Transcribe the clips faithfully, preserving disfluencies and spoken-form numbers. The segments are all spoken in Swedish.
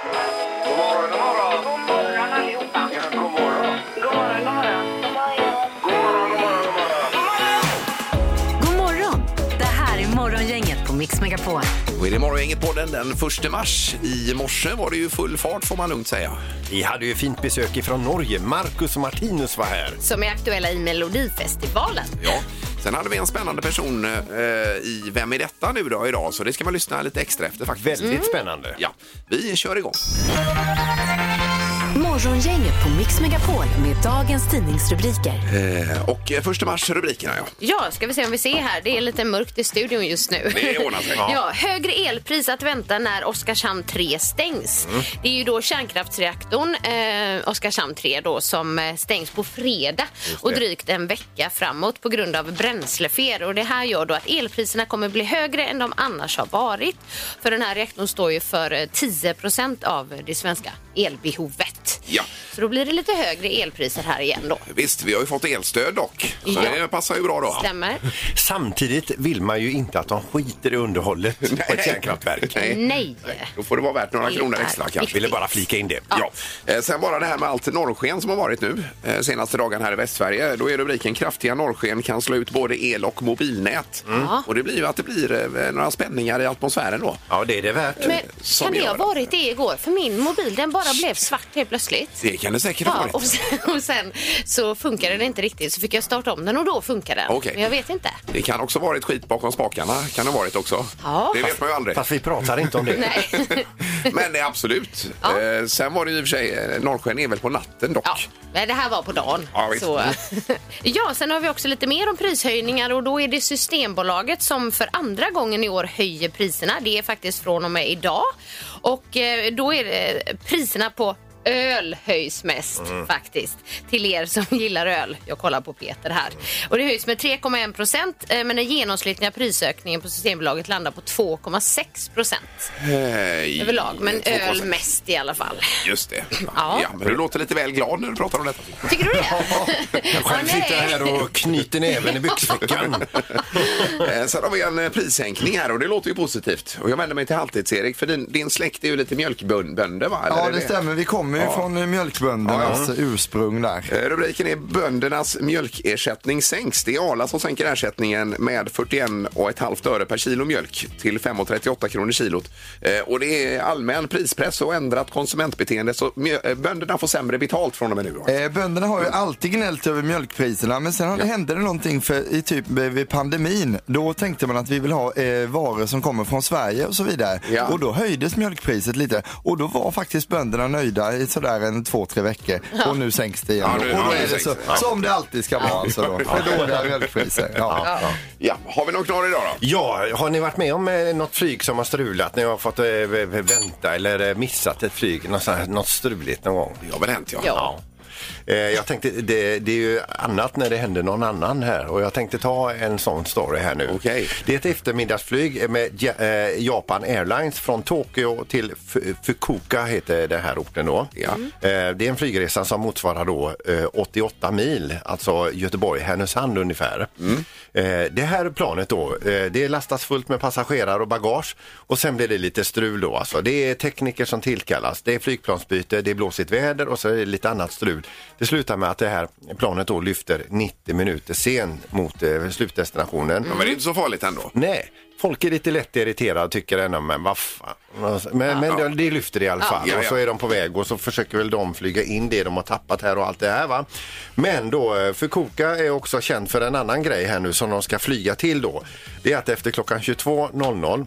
God morgon, god morgon. God morgon allihopa. Ja, god morgon. God morgon, god morgon. God morgon, god morgon, god morgon. God morgon! Det här är Morgongänget på Mix Megapol. Och är det Morgongänget på den den första mars. I morse var det ju full fart får man lugnt säga. Vi hade ju fint besök ifrån Norge. Marcus och Martinus var här. Som är aktuella i Melodifestivalen. Ja. Sen hade vi en spännande person eh, i Vem är detta nu då idag? Så det ska man lyssna lite extra efter faktiskt. Väldigt Mm. spännande. Ja, vi kör igång. Morgongänget på Mix Megapol med dagens tidningsrubriker. Eh, och eh, första mars rubrikerna, ja. Ja, ska vi se om vi ser här. Det är lite mörkt i studion just nu. Det ordnar sig. Ja, högre elpris att vänta när Oskarshamn tre stängs. Mm. Det är ju då kärnkraftsreaktorn eh, Oskarshamn tre då som eh, stängs på fredag och drygt en vecka framåt på grund av bränslefel. Och det här gör då att elpriserna kommer bli högre än de annars har varit. För den här reaktorn står ju för eh, tio procent av det svenska elbehovet. Ja. Så då blir det lite högre elpriser här igen då. Visst, vi har ju fått elstöd dock. Så Ja. det passar ju bra då. Stämmer. Samtidigt vill man ju inte att de skiter i underhållet på ett kärnkraftverk. Nej. Nej. Då får det vara värt några Det kronor är extra viktigt. kanske. Ville bara flika in det. Ja. Eh, sen bara det här med allt norrsken som har varit nu eh, senaste dagen här i Västsverige. Då är rubriken kraftiga norrsken kan slå ut både el- och mobilnät. Mm. Och det blir ju att det blir eh, några spänningar i atmosfären då. Ja, det är det värt. Men Som kan det gör ha det. varit det igår? För min mobil, den bara blev svart helt plötsligt. Det kan det säkert ha Ja, varit. och sen, och sen så funkade den inte riktigt. Så fick jag starta om den och då funkar den. Okej. Men jag vet inte. Det kan också varit skit bakom spakarna. Kan det ha varit också. Ja. Det vet man ju aldrig. Fast vi pratar inte om det. Nej. Men det är absolut. Ja. Eh, sen var det ju i och för sig, eh, norrsken är väl på natten dock. Ja, men det här var på dagen. Ja, visst. Så. Ja, sen har vi också lite mer om prishöjningar och då är det Systembolaget som för andra gången i år höjer priserna. Det är faktiskt från och med idag. Och eh, då är det priserna på öl höjs mest mm. faktiskt. Till er som gillar öl. Jag kollar på Peter här. Och det höjs med tre komma en procent men den genomsnittliga prisökningen på Systembolaget landar på två komma sex procent Eh, överlag. Men två komma sex. öl mest i alla fall. Just det. Ja. Ja, men du låter lite väl glad när du pratar om detta. Tycker du det? Jag själv Ja, nej. sitter här och knyter näven i byxfickan. Eh, Sen har vi en eh, prissänkning här och det låter ju positivt. Och jag vänder mig till Halvtids-Erik för din, din släkt är ju lite mjölkbönder va? Eller Ja, är det stämmer. Vi kommer ju Ja. från mjölkböndernas ursprung där. Eh, Rubriken är böndernas mjölkersättning sänks. Det är Arla som sänker ersättningen med fyrtioen komma fem öre per kilo mjölk till fem komma trettioåtta kronor kilot. Eh, Och det är allmän prispress och ändrat konsumentbeteende så mjö- eh, bönderna får sämre betalt från och med nu. Då. Eh, bönderna har ju alltid gnällt över mjölkpriserna, men sen har det hände det någonting för, i typ vid pandemin. Då tänkte man att vi vill ha eh, varor som kommer från Sverige och så vidare. Ja. Och då höjdes mjölkpriset lite. Och då var faktiskt bönderna nöjda i sådär en två, tre veckor. Och nu sänks det igen. Ja, nu- och då ja, nu är det sänks så, det. Ja. som det alltid ska vara alltså då. För dåliga mjölkpriser. Ja. Ja. Ja, har vi något klar idag då? Ja, har ni varit med om eh, något flyg som har strulat? Ni har fått eh, v- v- vänta eller eh, missat ett flyg? Något, sånt här, något struligt någon gång? Det har väl hänt, ja. Ja. Eh, jag tänkte, det, det är ju annat när det händer någon annan här. Och jag tänkte ta en sån story här nu. Okej. Det är ett eftermiddagsflyg med Ja- eh, Japan Airlines från Tokyo till F- Fukuoka heter det här orten då. Ja. Eh, det är en flygresa som motsvarar då eh, åttioåtta mil, alltså Göteborg-Härnösand ungefär. Mm. Eh, det här planet då, eh, det lastas fullt med passagerare och bagage och sen blir det lite strul då. Alltså, det är tekniker som tillkallas, det är flygplansbyte, det är blåsigt väder och så är det lite annat strul. Det slutar med att det här planet då lyfter nittio minuter sen mot eh, slutdestinationen. Ja, men det är inte så farligt ändå. Nej, folk är lite lätt irriterade och tycker ändå, men vad fan. Men, men Ja. det, det lyfter det i alla fall. Ja, ja. Och så är de på väg och så försöker väl de flyga in det de har tappat här och allt det här va. Men då, eh, Fukuoka är också känd för en annan grej här nu som de ska flyga till då. Det är att efter klockan tjugotvå noll noll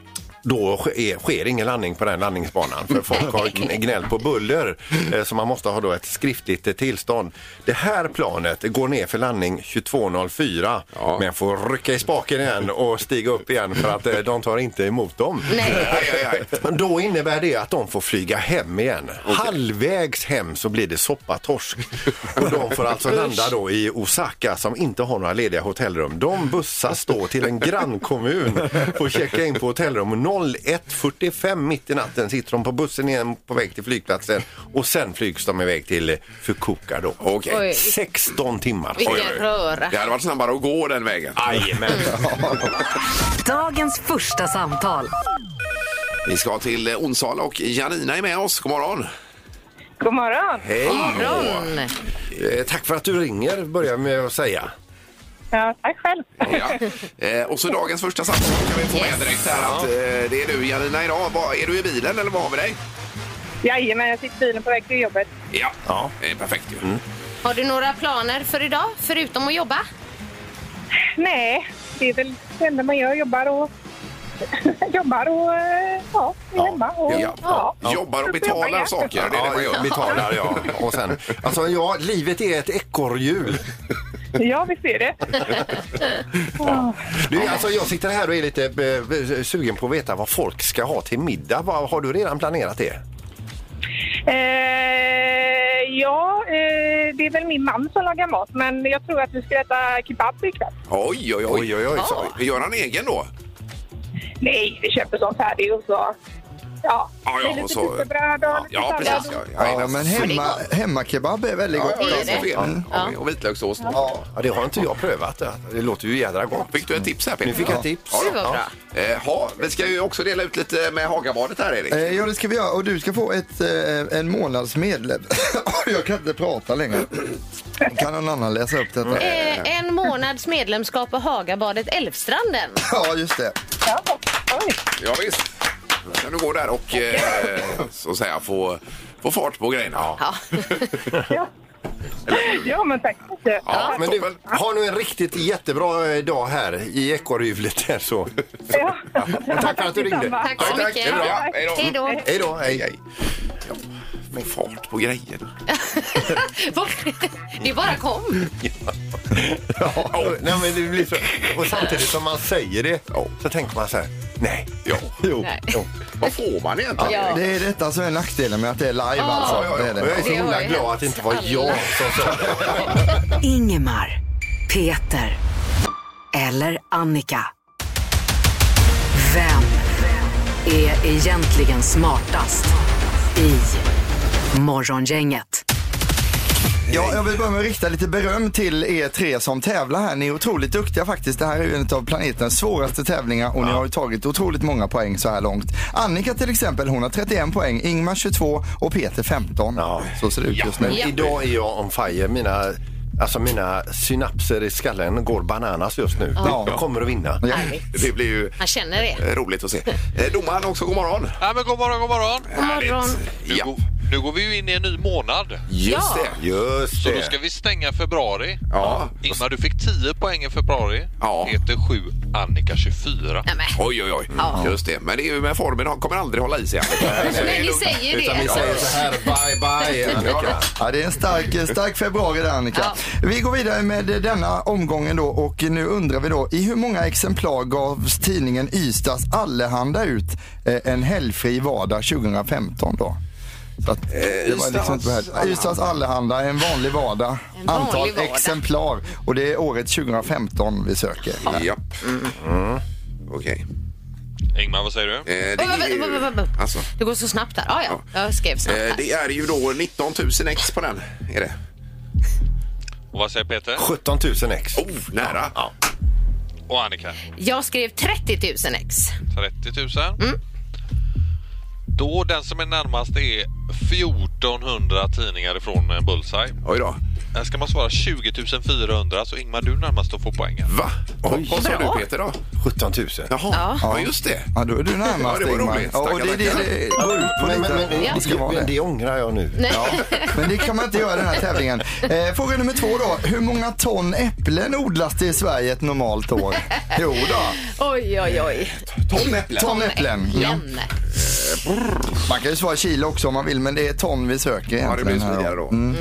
då sker, sker ingen landning på den landningsbanan för folk har gnällt på buller eh, så man måste ha då ett skriftligt eh, tillstånd. Det här planet går ner för landning tjugotvå noll fyra Ja. men får rycka i spaken igen och stiga upp igen för att eh, de tar inte emot dem. Nej. Aj, aj, aj. Men då innebär det att de får flyga hem igen. Halvvägs hem så blir det soppatorsk. Och de får alltså landa då i Osaka som inte har några lediga hotellrum. De bussas då till en grannkommun och checka in på hotellrum. noll ett fyrtiofem mitt i natten sitter de på bussen igen på väg till flygplatsen och sen flygs de iväg till Fukuoka då. Okej. Oj. sexton timmar. Vilken Oj, oj. röra. Det hade varit snabbare att gå den vägen. Jajamän. Dagens första samtal. Vi ska till Onsala och Janina är med oss. God morgon. God morgon. Hej! Morgon. Eh, tack för att du ringer, börjar med att säga. Ja, tack själv. Ja. Eh, och så dagens första sats kan vi få med direkt här att eh, det är du Janina idag. Var, är du i bilen eller var har vi dig? Jajamän, jag sitter i bilen på väg till jobbet. Ja, Ja. det är perfekt ju. Mm. Har du några planer för idag, förutom att jobba? Nej, det är väl det enda man gör. Jobbar och... jobbar och... eh, Ja, är hemma. Och, Ja. ja. Jobbar och betalar saker, det är det man gör. Betalar, ja. Och sen, alltså ja, livet är ett ekorrhjul. Ja, vi ser det. Du, alltså, jag sitter här och är lite eh, sugen på att veta vad folk ska ha till middag. Vad, har du redan planerat det? Eh, ja, eh, det är väl min man som lagar mat. Men jag tror att vi ska äta kebab ikväll. Oj, oj, oj. Oj, oj, oj, Så, gör han egen då? Nej, vi köper sånt färdigt och så... Ja, Ja, ja, det är lite och så- pitabröd och lite Ja, sallad. precis. Ja, Ja, men hemma, hemmakebab är väldigt Ja, gott. ja, Det är det det. är det. Och vitlökssås. Ja. Ja, det har inte jag prövat. Det, det låter ju jädra gott. Fick du ett tips här, Peter? Nu fick jag ett tips. Ja, Det var bra. Eh, ha, vi ska ju också dela ut lite med Hagabadet här, Erik. Eh, Ja, det ska vi göra. Och du ska få ett, eh, en månads medlem. Jag kan inte prata längre. Kan någon annan läsa upp detta? Eh, en månads medlemskap på Hagabadet Älvstranden. Ja, just det. Ja, oj. Ja, visst. Då kan du gå där och eh, så att säga få, få fart på grejerna. Ja, Ja. Ja, men tack så mycket. ja Men du, toppen. har nu en riktigt jättebra eh, dag här i ekorrhjulet här så. Ja. Tack för att du ringde. Detsamma. Tack så Tack, tack. mycket. Det är bra. Hej då. Hej då. Hej då, hej. Hej. Ja, få fart på grejerna. Det bara kom. Ja, nej, men det blir så. Och samtidigt som man säger det så tänker man så här, nej. Ja. Jo. Nej. Vad får man egentligen? Ja. Det är detta som är nackdelen med att det är live alltså. ja, ja. Det är Och jag det. är så Det har himla ju glad hänt att det inte var alla. jag som sa det. Ingemar, Peter eller Annika. Vem är egentligen smartast i Morgongänget? Ja, jag vill börja med att rikta lite beröm till er tre som tävlar här. Ni är otroligt duktiga faktiskt. Det här är ju en av planetens svåraste tävlingar och ni har ju tagit otroligt många poäng så här långt. Annika till exempel, hon har trettioen poäng, Ingmar tjugotvå och Peter femton. Ja. Så ser det ut just nu. Ja. Idag är jag on fire. Mina, alltså mina synapser i skallen går bananas just nu. Ja. Jag kommer att vinna. Ja. Härligt. Det blir ju Han känner det. eh, roligt att se. Eh, domaren också, god morgon. Ja, men god morgon, god morgon. God morgon. Nu, Ja, går, nu går vi ju in i en ny månad. just Ja. det. Just Så det. då ska vi stänga februari. Ja. Ingmar, du fick tio poäng i februari. Ja. Peter sju, Annika tjugofyra. Nej, men. Oj, oj, oj. Ja. Just det. Men det är ju med formen, han kommer aldrig hålla i sig. Nej, ni säger ju Utan vi det. säger så här, bye bye Annika. Ja, det är en stark, stark februari där Annika. Ja. Vi går vidare med denna omgången då och nu undrar vi då i hur många exemplar gavs tidningen Ystads Allehanda ut eh, en helgfri vardag tjugohundrafemton då? Så att, det var liksom inte här. Ystads Allehanda, en vanlig vardag, En vanlig antal vardag. exemplar och det är året tjugohundrafemton vi söker. Ja. Mm. Okej. Ingmar, vad säger du? Eh, det, Vänta, är ju- vänta, vänta, vänta. alltså, Det går så snabbt här. Ah, ja, jag skrev snabbt eh, här. det är ju då nitton tusen ex på den. Är det? Och vad säger Peter? sjutton tusen ex. Oh, nära. Ja. Och Annika? Jag skrev trettio tusen ex. trettio tusen. Då den som är närmast är fjortonhundra tidningar ifrån eh, Bullseye. Oj då. Här ska man svara tjugo tusen fyrahundra, så Ingmar, du är närmast att få poängen. Va? Oj. Vad sa Bra. du Peter då? sjutton tusen. Jaha, ja. Ja. just det. Ja, då är du närmast Ja, det var Ingmar. roligt. Ja, och Tackar, det, det, tackar. det går ut på Men, lite. men, men, Ja. Det ska vara men det. det ångrar jag nu. Nej. Men det kan man inte göra i den här tävlingen. Eh, fråga nummer två då. Hur många ton äpplen odlas det i Sverige ett normalt år? Jo då. Oj, oj, oj. Ton äpplen. Ton äpplen. Ja. Igen. Man kan ju svara kilo också om man vill, men det är ton vi söker Ja, det blir egentligen här smidigare då. Mm.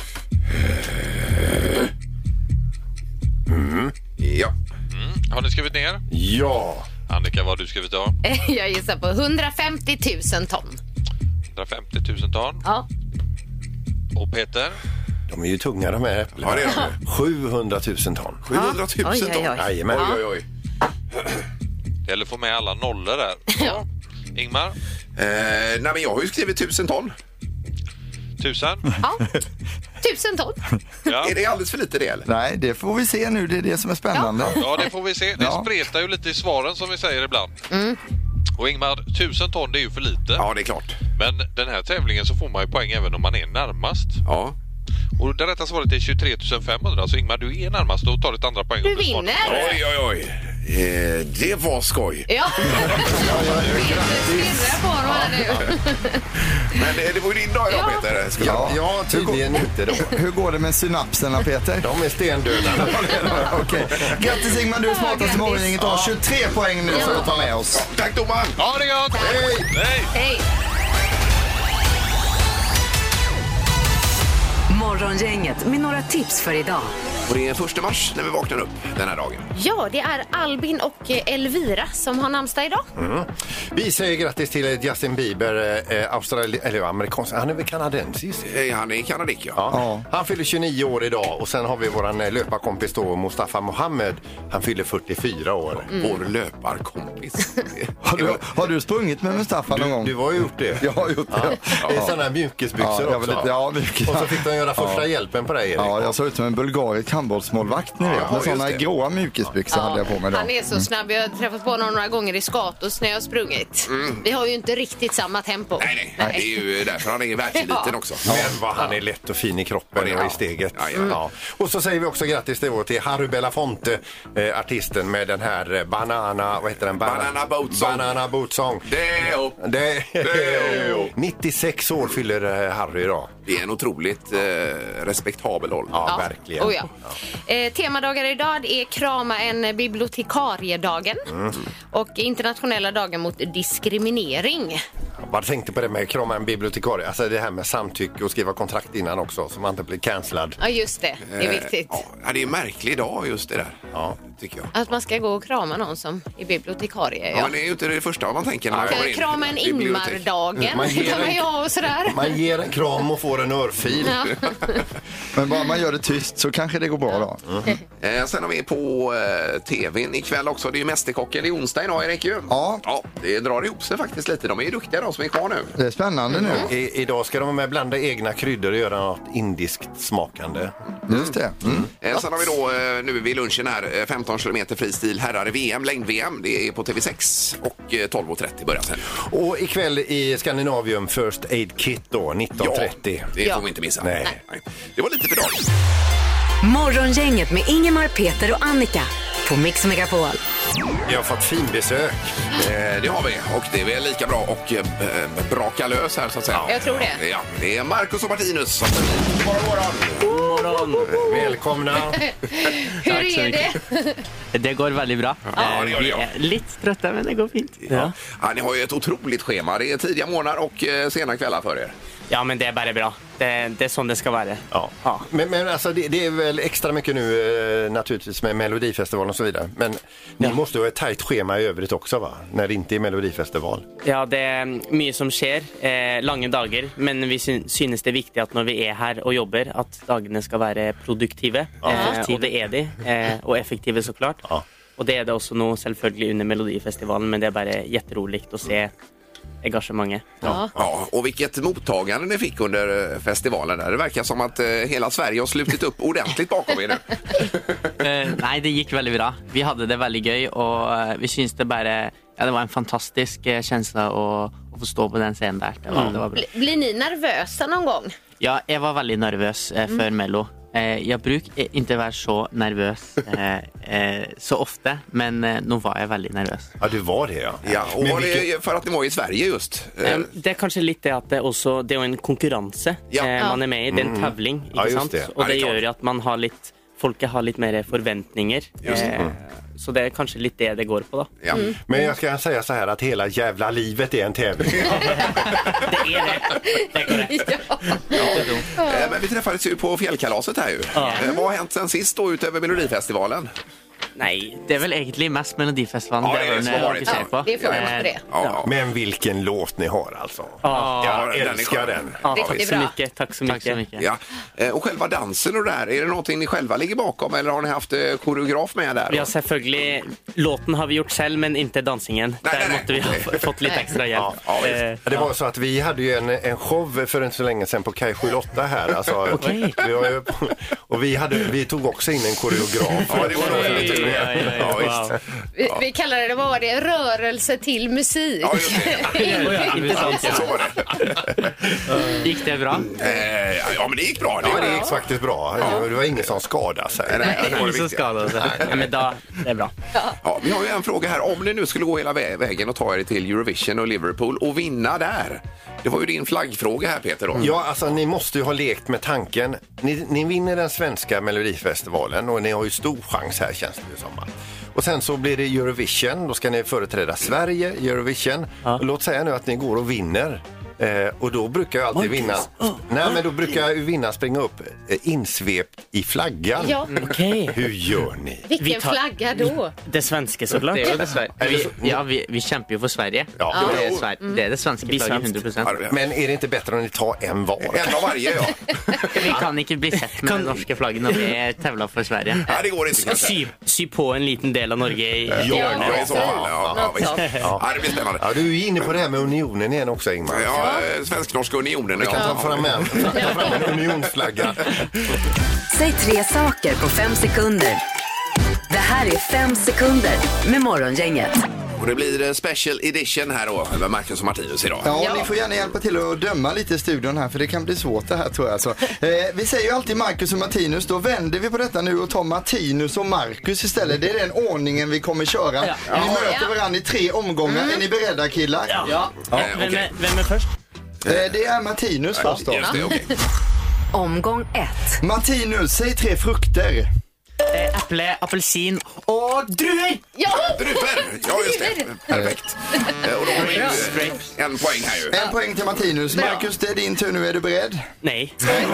Mm. Ja. Mm. Har ni skrivit ner? Ja. Annika, vad har du skrivit då? Jag gissar på hundrafemtio tusen ton. hundrafemtio tusen ton. Ja. Och Peter? De är ju tunga de här äpplena. Ja, det är de. sjuhundratusen ton. sjuhundratusen Oj, oj, ton. oj. Jajamän. Oj, oj, oj. Det gäller att få med alla nollor där. Ja. Ingmar? Eh, nej, men jag har ju skrivit tusen ton. Tusen? Ja. Tusen ton. Ja. Är det alldeles för lite det eller? Nej, det får vi se nu. Det är det som är spännande. Ja, det får vi se. Det Ja. spretar ju lite i svaren som vi säger ibland. Och Ingmar, tusen ton det är ju för lite. Ja, det är klart. Men den här tävlingen så får man ju poäng även om man är närmast. Ja. Och det rätta svaret är tjugotre tusen femhundra. Så Ingmar, du är närmast och tar ett andra poäng. Du om svarar. vinner! Oj, oj, oj. Eh, det var skoj. Ja, stirrar på honom här nu. Men eh, det var ju din dag idag, Ja. Peter. Ska Ja. Ja, tydligen inte då. Hur går det med synapserna, Peter? De är stendöda. Okej. Grattis Ingmar, du är smartast i grattis. morgongänget och har tjugotre poäng nu för att ta med oss. Tack domaren! Ja, det är gott! Hej! Hej! Hej! Morgongänget med några tips för idag. Och det är första mars när vi vaknar upp den här dagen. Ja, det är Albin och eh, Elvira som har namnsdag idag. Mm. Vi säger grattis till Justin Bieber, eh, Australi- eller amerikansk, han är väl kanadensisk? Eh, Han är kanadik, ja. Ja. Han fyller tjugonio år idag och sen har vi våran eh, löparkompis då, Mustafa Mohammed. Han fyller fyrtiofyra år. Vår löparkompis. Har du, har du sprungit med Mustafa någon gång? Du har ju gjort det. Jag har gjort det. Ja. Det är sådana här mjukisbyxor Ja, jag också. vill inte- ja, mycket. Och så fick de göra första hjälpen på dig, Erik. Ja, jag såg ut som en bulgarisk handbollsmålvakt, ni vet. Ja, Med sådana just det. gråa mjukisbyxor hade jag på mig då. Han är så snabb. Jag har träffat på honom några gånger i Skatos när jag har sprungit. Vi har ju inte riktigt samma tempo. Nej, nej, det är ju därför han är världseliten Ja. också. Men vad han är lätt och fin i kroppen Ja. och i steget. Ja, ja. Ja. Och så säger vi också grattis till, till Harry Belafonte, eh, artisten med den här eh, Banana, vad heter den? Banana Boat Song. Banana Boat Song. Deo. Det, Deo. nittiosex år fyller eh, Harry idag. Det är en otroligt eh, respektabel ålder. Ja, verkligen. Oh, ja. Eh, temadagar idag är krama en bibliotekariedagen och internationella dagen mot diskriminering. Jag bara tänkte på det med krama en bibliotekarie. Alltså det här med samtycke och skriva kontrakt innan också, så man inte blir cancellad. Ja, just det. Det är viktigt. Eh, Ja, det är en märklig dag just det där. Ja, tycker jag. Att man ska gå och krama någon som är bibliotekarie. Ja, Ja. men det är ju inte det första man tänker när man Kan kommer jag in. krama en Bibliotek. Ingmar-dagen? Man ger Kan man en- göra och sådär. Man ger en kram och får en örfil. Ja. Men bara man gör det tyst så kanske det går bra då. Eh, sen har vi på eh, tvn ikväll också. Det är ju Mästerkocken. Det är onsdag idag, Erik ju. Ja. Ja, det drar ihop sig faktiskt lite. De är ju duktiga de som är kvar nu. Det är spännande nu. I, idag ska de med blanda egna kryddor och göra något indiskt smakande. Just det. Mm. Eh, sen har vi då eh, nu vid lunchen här eh, femton kilometer fristil herrar i V M, längd-V M. Det är på T V sex och eh, tolv och trettio börjar sen. Och ikväll i Scandinavium First Aid Kit då, nitton trettio. det Ja. får vi inte missa. Nej. Nej. Det var lite för dagen. Morgongänget med Ingemar, Peter och Annika på Mix Megapol. Jag har fått finbesök. Eh, det har vi och det är väl lika bra och eh, braka lös här så att säga. Jag tror det. Ja, det är Marcus och Martinus som God morgon. Välkomna. Hur är det? Det går väldigt bra. Ja, det gör det, Vi ja. är lite trötta, men det går fint. Ja. Ja, ni har ju ett otroligt schema. Det är tidiga morgnar och eh, sena kvällar för er. Ja, men det är bara bra. Det, det är sånt det ska vara. Ja. Ja. Men, men alltså det, det är väl extra mycket nu eh, naturligtvis med Melodifestivalen och så vidare. Men ni Ja. måste ju ha ett tajt schema i övrigt också, va? När det inte är Melodifestival. Ja, det är mycket som sker. Eh, långa dagar. Men vi syn- synes det är viktigt att när vi är här och jobbar att dagarna ska vara produktiva. Eh, och det är det. Eh, och effektiva såklart. Ja. Och det är det också nu självklart under Melodifestivalen. Men det är bara jätteroligt att se engagemanget. Ja. Ja, och vilket mottagande ni fick under eh, festivalen där. Det verkar som att eh, hela Sverige har slutit upp ordentligt bakom er nu. Eh, nej, det gick väldigt bra. Vi hade det väldigt gøy och eh, vi syns det bara ja, det var en fantastisk eh, känsla att, att få stå på den scenen där. Det var, det var bra. Bli- Blir ni nervösa någon gång? Ja, jag var väldigt nervös eh, för Mello. Eh, jag brukar eh, inte vara så nervös eh, eh, så ofta, men eh, nu var jag väldigt nervös. Ja, du var det, ja. Ja, och Men var vilket- det för att ni var i Sverige just? Eh, Eh, det är kanske lite att det också det är en konkurrens Ja. eh, man är med i, det är en tävling, Ja, inte just sant? det. Och Ja, det det är klart. gör ju att man har lite folk har lite mer förväntningar. Just det. Eh, så det är kanske lite det det går på då. ja. Men jag ska säga så här att hela jävla livet är en tävling. Det är det. Det är korrekt. Eh, Men vi träffades ju på fjällkalaset här ju. Ja. Eh, Vad har hänt sen sist då utöver Melodifestivalen? Nej, det är väl egentligen mest Melodifestivalen Ja, det det är är så väl har jag det. fokuserar på. Det är fokus på det. Ja, ja. Men vilken låt ni har alltså. Ja, Ja, Jag den är älskar skön. den. ja, Riktigt tack så bra. mycket. Tack så mycket. Tack så mycket. Ja. Eh, Och själva dansen och det där, är det någonting ni själva ligger bakom eller har ni haft eh, koreograf med där? Vi har selvfølgelig, låten har vi gjort själv men inte dansingen. Nej, Där nej, nej. måste vi ha Okej. f- fått lite extra hjälp. Ja, ja, visst. Eh, Ja, det var så att vi hade ju en, en show för inte så länge sedan på Kaj sjuttioåtta här. Alltså, Okej. vi var ju, och vi, hade, vi tog också in en koreograf. Ja, det var nog väldigt tur. Ja, visst. Vi, vi kallar det, vad var det? Rörelse till musik. Ja, just det. Intressant. Så var det. Gick det bra? Eh, ja, men det gick bra. Ja, det gick faktiskt bra. Det var ingen som skadade sig. Nej, nej, det var det Ingen som viktiga. skadade sig. Ja, men då, det är bra. Ja, vi har ju en fråga här. Om ni nu skulle gå hela vä- vägen och ta er till Eurovision och Liverpool och vinna där. Det var ju din flaggfråga här, Peter. Då. Ja, alltså ni måste ju ha lekt med tanken. Ni, ni vinner den svenska Melodifestivalen och ni har ju stor chans här, känns det ju som. Och sen så blir det Eurovision, då ska ni företräda Sverige i Eurovision. Ja. Och låt säga nu att ni går och vinner. Eh, och då brukar jag alltid vinna. Nej, men då brukar jag ju vinna springa upp eh, insvept i flaggan. Ja. Okej. Hur gör ni? Vilken Vi tar- flagga då? Det svenska såklart. Det är det Sverige. Vi, ja, vi, vi kämpar ju för Sverige. Ja. Det, är Sverige. det är det svenska Vi flaggan, svenskt. hundra procent. Men är det inte bättre om ni tar en var? En av varje, ja. Vi kan inte bli sett med den norska flaggen när vi tävlar för Sverige. Nej, det går inte kanske. Sy, sy på en liten del av Norge i Ja, hjörnet. i så fall. Ja, ja, visst. Ja, det blir spännande. Ja, du är inne på det här med unionen igen också, Ingmar. Ja, eh, Svensk-Norska unionen. Vi kan ta fram en, ta fram en unionsflagga. Säg tre saker på fem sekunder. Det här är fem sekunder med Morgongänget. Och det blir eh, special edition här då, med Marcus och Martinus idag. Ja, Ja. ni får gärna hjälpa till att döma lite i studion här, för det kan bli svårt det här, tror jag. Så, eh, vi säger ju alltid Marcus och Martinus, då vänder vi på detta nu och tar Martinus och Marcus istället. Det är den ordningen vi kommer köra. Ni möter varandra i tre omgångar. Är ni beredda, killar? Ja. Ja, Vem, okej. är, vem är först? Eh, det är Martinus först då. Just det, okej. Omgång ett. Martinus, säg tre frukter. Eh, äpple, apelsin och druvor! Ja! Druvor! Ja, just det. Perfekt. Eh, Och då har vi ju eh, en poäng här ju. En poäng till Martinus. Marcus, det är din tur nu. Är du beredd? Nej.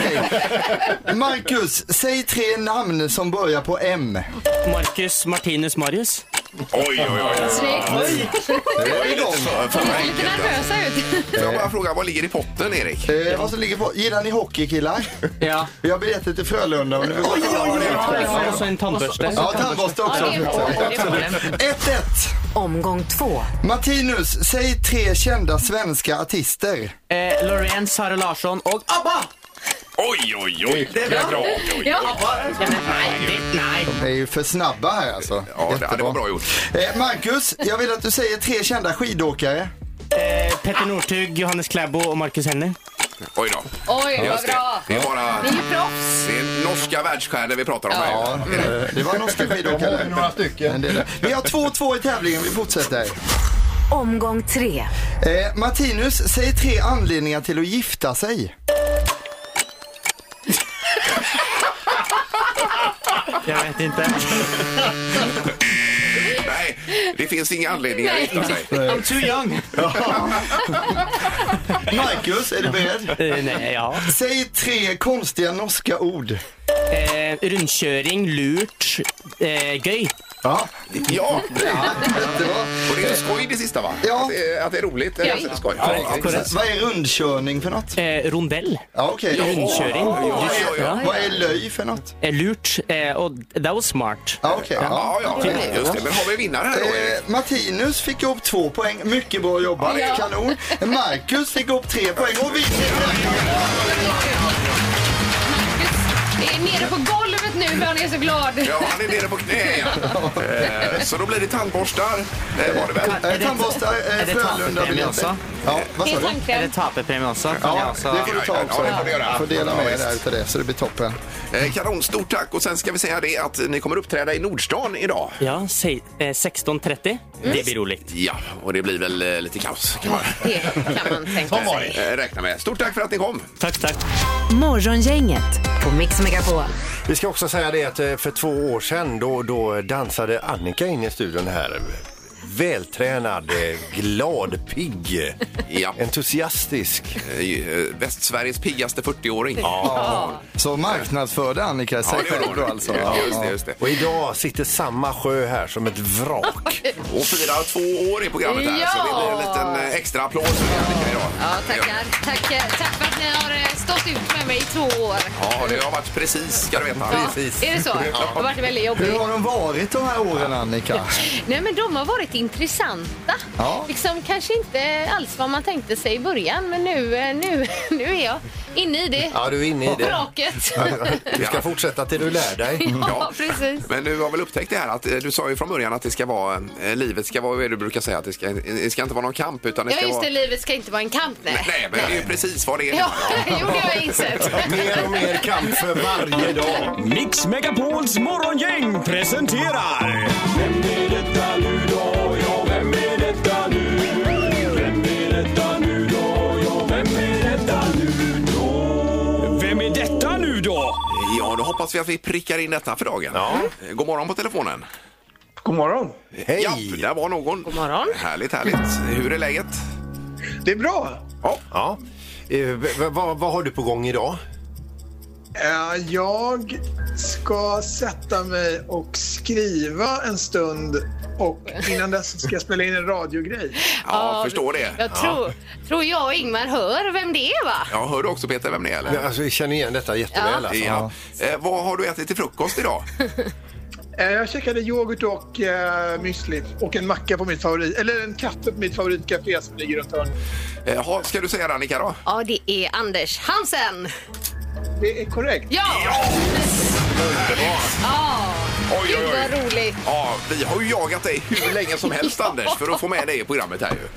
Okej. Marcus, säg tre namn som börjar på M. Marcus, Martinus, Marius. Oj, oj, oj. Snyggt. Det är igång. För Lite enkelt. nervösa ut. Får jag bara fråga, vad ligger i potten, Erik? Eh, vad som ligger på? Gillar ni hockey, killar? Ja. Vi har biljetter till Frölunda. Och nu vill Och så en tandborste. Ja, tandborste också. Ja, det är bra. Det är bra. ett ett. Omgång två. Martinus, säg tre kända svenska artister. Eh, Loreen, Sara Larsson och ABBA! Oj, oj, oj. Det är bra. Oj, oj. Ja. Nej, det, nej. De är ju för snabba här alltså. Ja, det, det var bra gjort. Eh, Marcus, jag vill att du säger tre kända skidåkare. Eh, Petter Northug, Johannes Kläbo och Marcus Henner. Oj då. Oj, vad Just det. bra. Det är bara... Ni är ju proffs. Det är norska världsstjärnor vi pratar om här. Ja, eh, det var norska skidåkare. Några stycken. En del. Vi har två två i tävlingen, vi fortsätter. Omgång tre. Eh, Martinus, säg tre anledningar till att gifta sig. Jag vet inte. Nej, det finns inga anledningar att gifta sig. I'm too young. Marcus, är du beredd? Eh, nej, ja. Säg tre konstiga norska ord. Eh, rundköring, lurt, eh, göj. Ja, Ja, jättebra. och det är skoj det sista, va? Ja. Att det är, att det är roligt. Eller att det är skoj. Ja, vad är rundkörning för något? Eh, rondell. Ja, okej. Rundköring. Ja, ja, ja. Vad är löj för något? Eh, lurt. Eh, och that was smart. Ja, okej. Ja. Ja, ja, just det. Men har vi vinnare här då, Erik? Eh, Martinus fick ihop två poäng. Mycket bra jobbat. Ja. Kanon. Marcus fick ihop tre poäng. Och vi... Det är nere på golvet nu för han är så glad. Ja, han är nere på knä igen. Eh, Så då blir det tandborstar. Det var det väl? Eh, Tandborstar, eh, är det Frölunda tapepremie biljetter. också? Ja, vad Det sa är du? Är det tandkräm. tapepremie också? Ja, det får du ta också. Ja, det får du göra. Får dela Ja, med visst. dig utav det, så det blir toppen. Eh, Kanon, stort tack. Och sen ska vi säga det att ni kommer uppträda i Nordstan idag. Ja, säg, eh, sexton trettio. Det blir roligt. Ja, och det blir väl eh, lite kaos kan man Det kan man tänka sig. eh, räkna med. Stort tack för att ni kom. Tack, tack. Morgongänget på Mix Megapol. Vi ska också säga det att eh, för två år sedan då, då dansade Annika in i studion här. Vältränad, eh, glad, pigg, Ja. entusiastisk. Eh, Västsveriges piggaste fyrtioåring. Ja. Så marknadsförde Annika sig Ja, det själv gjorde då hon. alltså. Ja, just det, just det. Och idag sitter samma sjö här som ett vrak. Och firar två år i programmet här, Ja. så det blir en liten eh, extra applåd för Annika idag. Ja, tackar. Tack, eh, tack för att ni har eh, stått ut med mig i två år. Ja, det har varit precis, ska du veta. Ja, Precis. är det så? Det har varit väldigt jobbigt. Hur har de varit de här åren, Annika? Nej, men de har varit väldigt intressanta. Ja. Liksom kanske inte alls vad man tänkte sig i början, men nu, nu, nu är jag inne i det. Ja, du är inne i det. Vraket. Du ska fortsätta till du lär dig. Ja, precis. Men du har väl upptäckt det här att eh, du sa ju från början att det ska vara, eh, livet ska vara, vad är det du brukar säga, att det ska, det ska inte vara någon kamp utan det Ja, ska just det, vara... livet ska inte vara en kamp, nej. Nej, men det är ju precis vad det är. Ja, jo, det har jag insett. Mer och mer kamp för varje dag. Mix Megapols morgongäng presenterar... Vem är detta nu då? Ja, vem är detta nu? Vem är detta nu då? Ja, vem är detta nu då? Vem är detta nu då? Ja, då hoppas vi att vi prickar in detta för dagen. Ja. Eh, God morgon på telefonen. God morgon. Hej! Ja, där var någon. God morgon. Härligt, härligt. Hur är läget? Det är bra. Ja. Ja. Eh, v- v- vad, vad har du på gång idag? Eh, Jag ska sätta mig och skriva en stund och innan dess ska jag spela in en radiogrej. Ja, Ja, förstår det. Jag tror, tror jag och Ingmar hör vem det är, va? Ja, hör du också Peter vem det är eller? Ja, alltså, jag känner igen detta jätteväl. Alltså. Ja. Eh, vad har du ätit till frukost idag? Eh, Jag käkade yoghurt och eh, müsli och en macka på mitt favorit, eller en kaffe på mitt favoritcafé som ligger runt hörnet. Eh, ha, ska du säga det, Annika då? Ja, det är Anders Hansen. Det är korrekt. Ja! Underbart. Ja, Oj, gud oj, oj. vad roligt. Ja, vi har ju jagat dig hur länge som helst Anders för att få med dig i programmet här ju.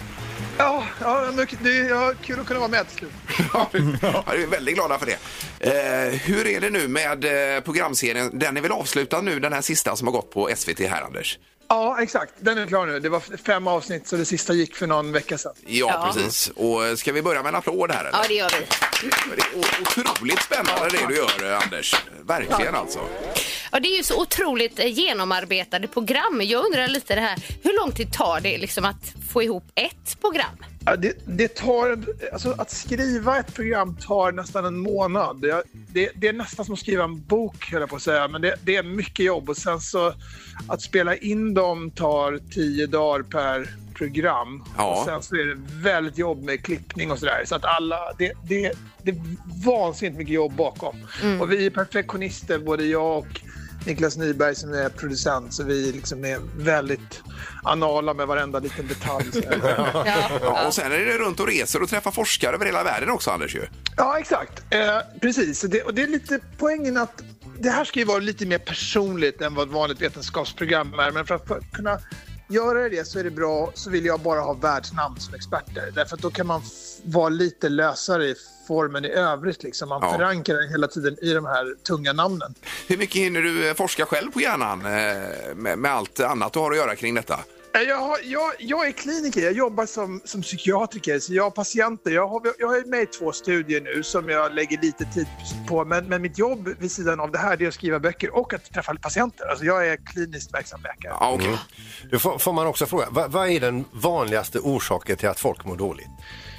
Ja, ja men det är ja, kul att kunna vara med till slut. Ja, vi är väldigt glada för det. Eh, hur är det nu med eh, programserien? Den är väl avslutad nu, den här sista som har gått på S V T här, Anders? Ja, exakt. Den är klar nu. Det var fem avsnitt så det sista gick för någon vecka sedan. Ja, Ja. precis. Och eh, ska vi börja med en applåd här? Eller? Ja, det gör vi. Det är o- otroligt spännande det du gör, eh, Anders. Verkligen alltså. Ja, det är ju så otroligt eh, genomarbetade program. Jag undrar lite det här, hur lång tid tar det liksom att få ihop ett program? Ja, det, det tar, alltså, att skriva ett program tar nästan en månad. Det, det, det är nästan som att skriva en bok, höll jag på att säga. Men det, det är mycket jobb. Och sen så att spela in dem tar tio dagar per program. Ja. Och sen så är det väldigt jobb med klippning och sådär. Så att alla, det, det, det är vansinnigt mycket jobb bakom. Mm. Och vi är perfektionister, både jag och Niklas Nyberg som är producent, så vi liksom är väldigt anala med varenda liten detalj. Ja. Ja, och sen är det runt och reser och träffar forskare över hela världen också, Anders ju. Ja, exakt. Eh, precis. Det, och det är lite poängen att det här ska ju vara lite mer personligt än vad ett vanligt vetenskapsprogram är. Men för att, för att kunna göra det så är det bra, så vill jag bara ha världsnamn som experter. Därför att då kan man f- vara lite lösare i formen i övrigt. Liksom. Man Ja. förankrar hela tiden i de här tunga namnen. Hur mycket hinner du eh, forska själv på hjärnan eh, med, med allt annat du har att göra kring detta? Eh, Jag, har, jag, jag är kliniker, jag jobbar som, som psykiatriker, så jag har patienter. Jag har, jag är med i två studier nu som jag lägger lite tid på. Men, men mitt jobb vid sidan av det här, det är att skriva böcker och att träffa patienter. Alltså jag är kliniskt verksam läkare. Ja, okej. Mm. Då får, får man också fråga, vad, vad är den vanligaste orsaken till att folk mår dåligt?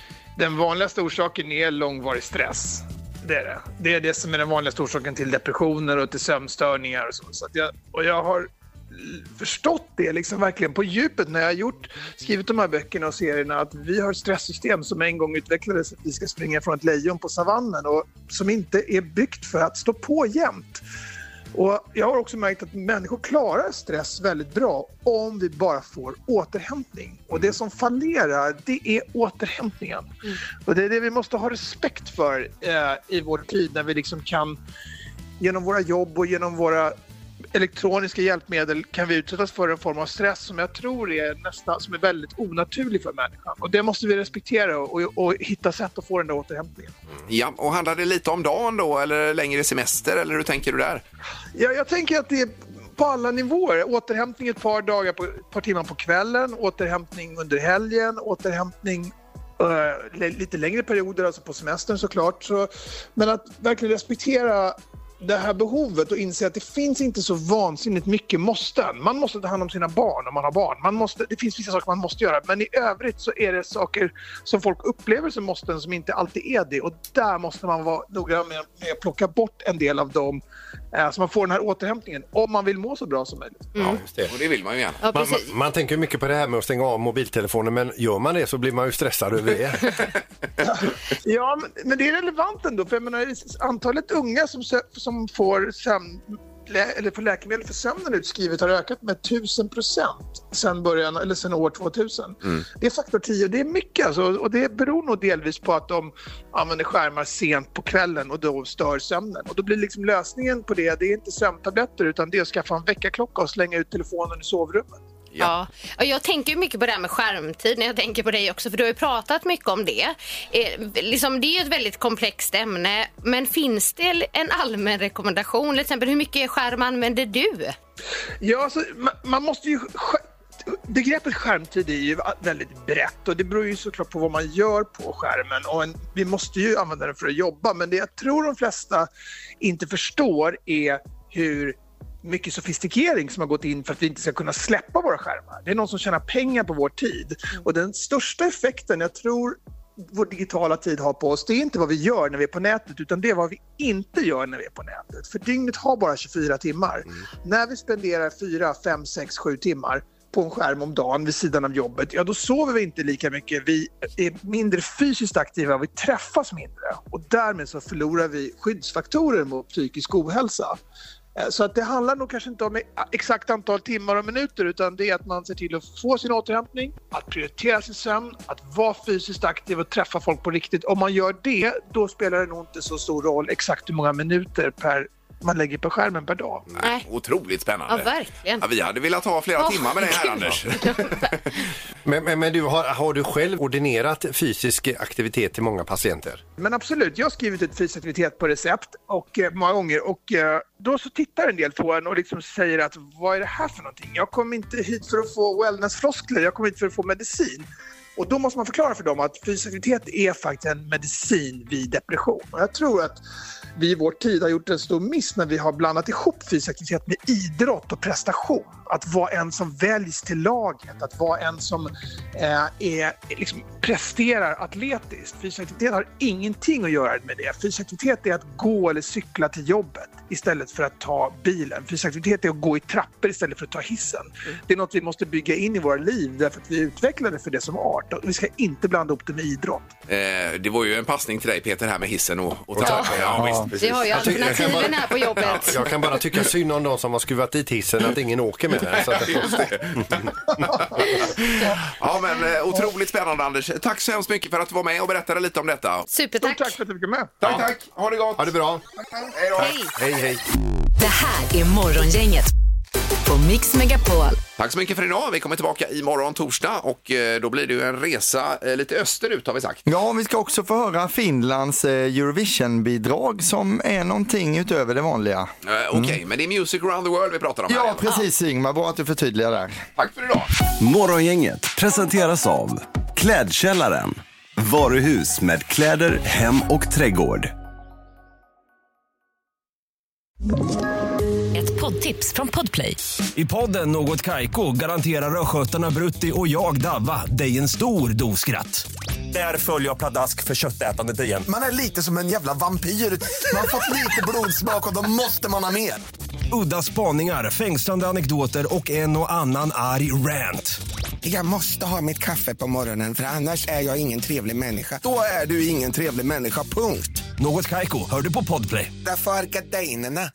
Den vanligaste orsaken är långvarig stress. Det är det. Det är det som är den vanligaste orsaken till depressioner och till sömnstörningar och så. så att jag, och jag har förstått det liksom verkligen på djupet när jag har gjort, skrivit de här böckerna och serierna, att vi har ett stresssystem som en gång utvecklades att vi ska springa från ett lejon på savannen och som inte är byggt för att stå på jämt. Och jag har också märkt att människor klarar stress väldigt bra om vi bara får återhämtning. Och det som fallerar, det är återhämtningen. Mm. Och det är det vi måste ha respekt för eh, i vår tid, när vi liksom kan genom våra jobb och genom våra elektroniska hjälpmedel kan vi utsättas för en form av stress som jag tror är nästan som är väldigt onaturlig för människan. Och det måste vi respektera och, och, och hitta sätt att få den där återhämtningen. Ja, och handlar det lite om dagen då eller längre semester eller hur tänker du där? Ja, jag tänker att det är på alla nivåer. Återhämtning ett par dagar, på, ett par timmar på kvällen, återhämtning under helgen, återhämtning uh, lite längre perioder, alltså på semestern såklart. Så, men att verkligen respektera det här behovet och inse att det finns inte så vansinnigt mycket måsten. Man måste ta hand om sina barn om man har barn. Man måste, det finns vissa saker man måste göra, men i övrigt så är det saker som folk upplever som måsten som inte alltid är det. Och där måste man vara noggrann med, med att plocka bort en del av dem eh, så man får den här återhämtningen om man vill må så bra som möjligt. Mm. Ja, just det. Och det vill man ju gärna. Ja, Man, man, man tänker mycket på det här med att stänga av mobiltelefonen, men gör man det så blir man ju stressad över det. Ja, men, men det är relevant ändå, för jag menar, antalet unga som, som får sömn, lä- eller för läkemedel för sömnen utskrivet har ökat med tusen procent sedan början, eller sedan år tvåtusen. Mm. Det är faktor tio, det är mycket alltså, och det beror nog delvis på att de använder skärmar sent på kvällen och då stör sömnen. Och då blir liksom lösningen på det, det är inte sömntabletter utan det är att skaffa en väckarklocka och slänga ut telefonen i sovrummet. Ja. ja, och jag tänker ju mycket på det här med skärmtid när jag tänker på dig också, för du har ju pratat mycket om det. Eh, liksom, det är ju ett väldigt komplext ämne, men finns det en allmän rekommendation? Till exempel, hur mycket skärm använder du? Ja, alltså, man, man måste ju... Begreppet skärmtid är ju väldigt brett och det beror ju såklart på vad man gör på skärmen och en, vi måste ju använda den för att jobba, men det jag tror de flesta inte förstår är hur mycket sofistikering som har gått in för att vi inte ska kunna släppa våra skärmar. Det är någon som tjänar pengar på vår tid. Och den största effekten jag tror vår digitala tid har på oss, det är inte vad vi gör när vi är på nätet, utan det är vad vi inte gör när vi är på nätet. För dygnet har bara tjugofyra timmar. Mm. När vi spenderar fyra, fem, sex, sju timmar på en skärm om dagen vid sidan av jobbet, ja då sover vi inte lika mycket. Vi är mindre fysiskt aktiva och vi träffas mindre. Och därmed så förlorar vi skyddsfaktorer mot psykisk ohälsa. Så att det handlar nog kanske inte om exakt antal timmar och minuter, utan det är att man ser till att få sin återhämtning, att prioritera sin sömn, att vara fysiskt aktiv och träffa folk på riktigt. Om man gör det, då spelar det nog inte så stor roll exakt hur många minuter per man lägger på skärmen per dag. Nej. Otroligt spännande. Ja, verkligen. Ja, vi hade velat ha flera oh, timmar med dig här, Anders. men, men, men du har, har du själv ordinerat fysisk aktivitet till många patienter? Men absolut, jag har skrivit ut fysisk aktivitet på recept och eh, många gånger och eh, då så tittar en del på en och liksom säger att vad är det här för någonting? Jag kom inte hit för att få wellnessfloskler, jag kom hit för att få medicin. Och då måste man förklara för dem att fysisk aktivitet är faktiskt en medicin vid depression. Och jag tror att vi i vår tid har gjort en stor miss när vi har blandat ihop fysisk aktivitet med idrott och prestation. Att vara en som väljs till laget, att vara en som eh, är, liksom, presterar atletiskt. Fysisk aktivitet har ingenting att göra med det. Fysisk aktivitet är att gå eller cykla till jobbet istället för att ta bilen. Fysisk aktivitet är att gå i trappor istället för att ta hissen. Mm. Det är något vi måste bygga in i våra liv därför att vi är utvecklade för det som art. Och vi ska inte blanda ihop det med idrott. Eh, det var ju en passning till dig, Peter, här med hissen och, och trappor. Ja, ja, visst, precis. Vi har ju alternativen bara, här på jobbet. Ja, jag kan bara tycka synd om de som har skruvat dit hissen att ingen åker med den. Så att ja, men eh, otroligt spännande, Anders. Tack så hemskt mycket för att du var med och berättade lite om detta. Supertack. Tack för att du fick med. Tack, ja. tack. Ha det gott. Ha det bra. Hej då. Hej. Hej, hej. Det här är Morgongänget på Mix Megapol. Tack så mycket för idag. Vi kommer tillbaka imorgon torsdag och eh, då blir det ju en resa eh, lite österut har vi sagt. Ja, vi ska också få höra Finlands eh, Eurovision-bidrag som är någonting utöver det vanliga. Eh, Okej, okay. mm. men det är Music around the world vi pratar om här. Ja, precis Ingmar. Bra att du förtydligar där. Tack för idag. Morgongänget presenteras av Klädkällaren. Varuhus med kläder, hem och trädgård. Ett poddtips från Podplay. I podden Något Kaiko garanterar röskötarna Brutti och jag Davva dig en stor doskratt. Där följer jag pladask för köttätandet igen. Man är lite som en jävla vampyr. Man har fått lite blodsmak och då måste man ha mer. Udda spaningar, fängslande anekdoter och en och annan arg rant. Jag måste ha mitt kaffe på morgonen för annars är jag ingen trevlig människa. Då är du ingen trevlig människa, punkt. Något Kaiko, hör du på Podplay. Därför är gardinerna.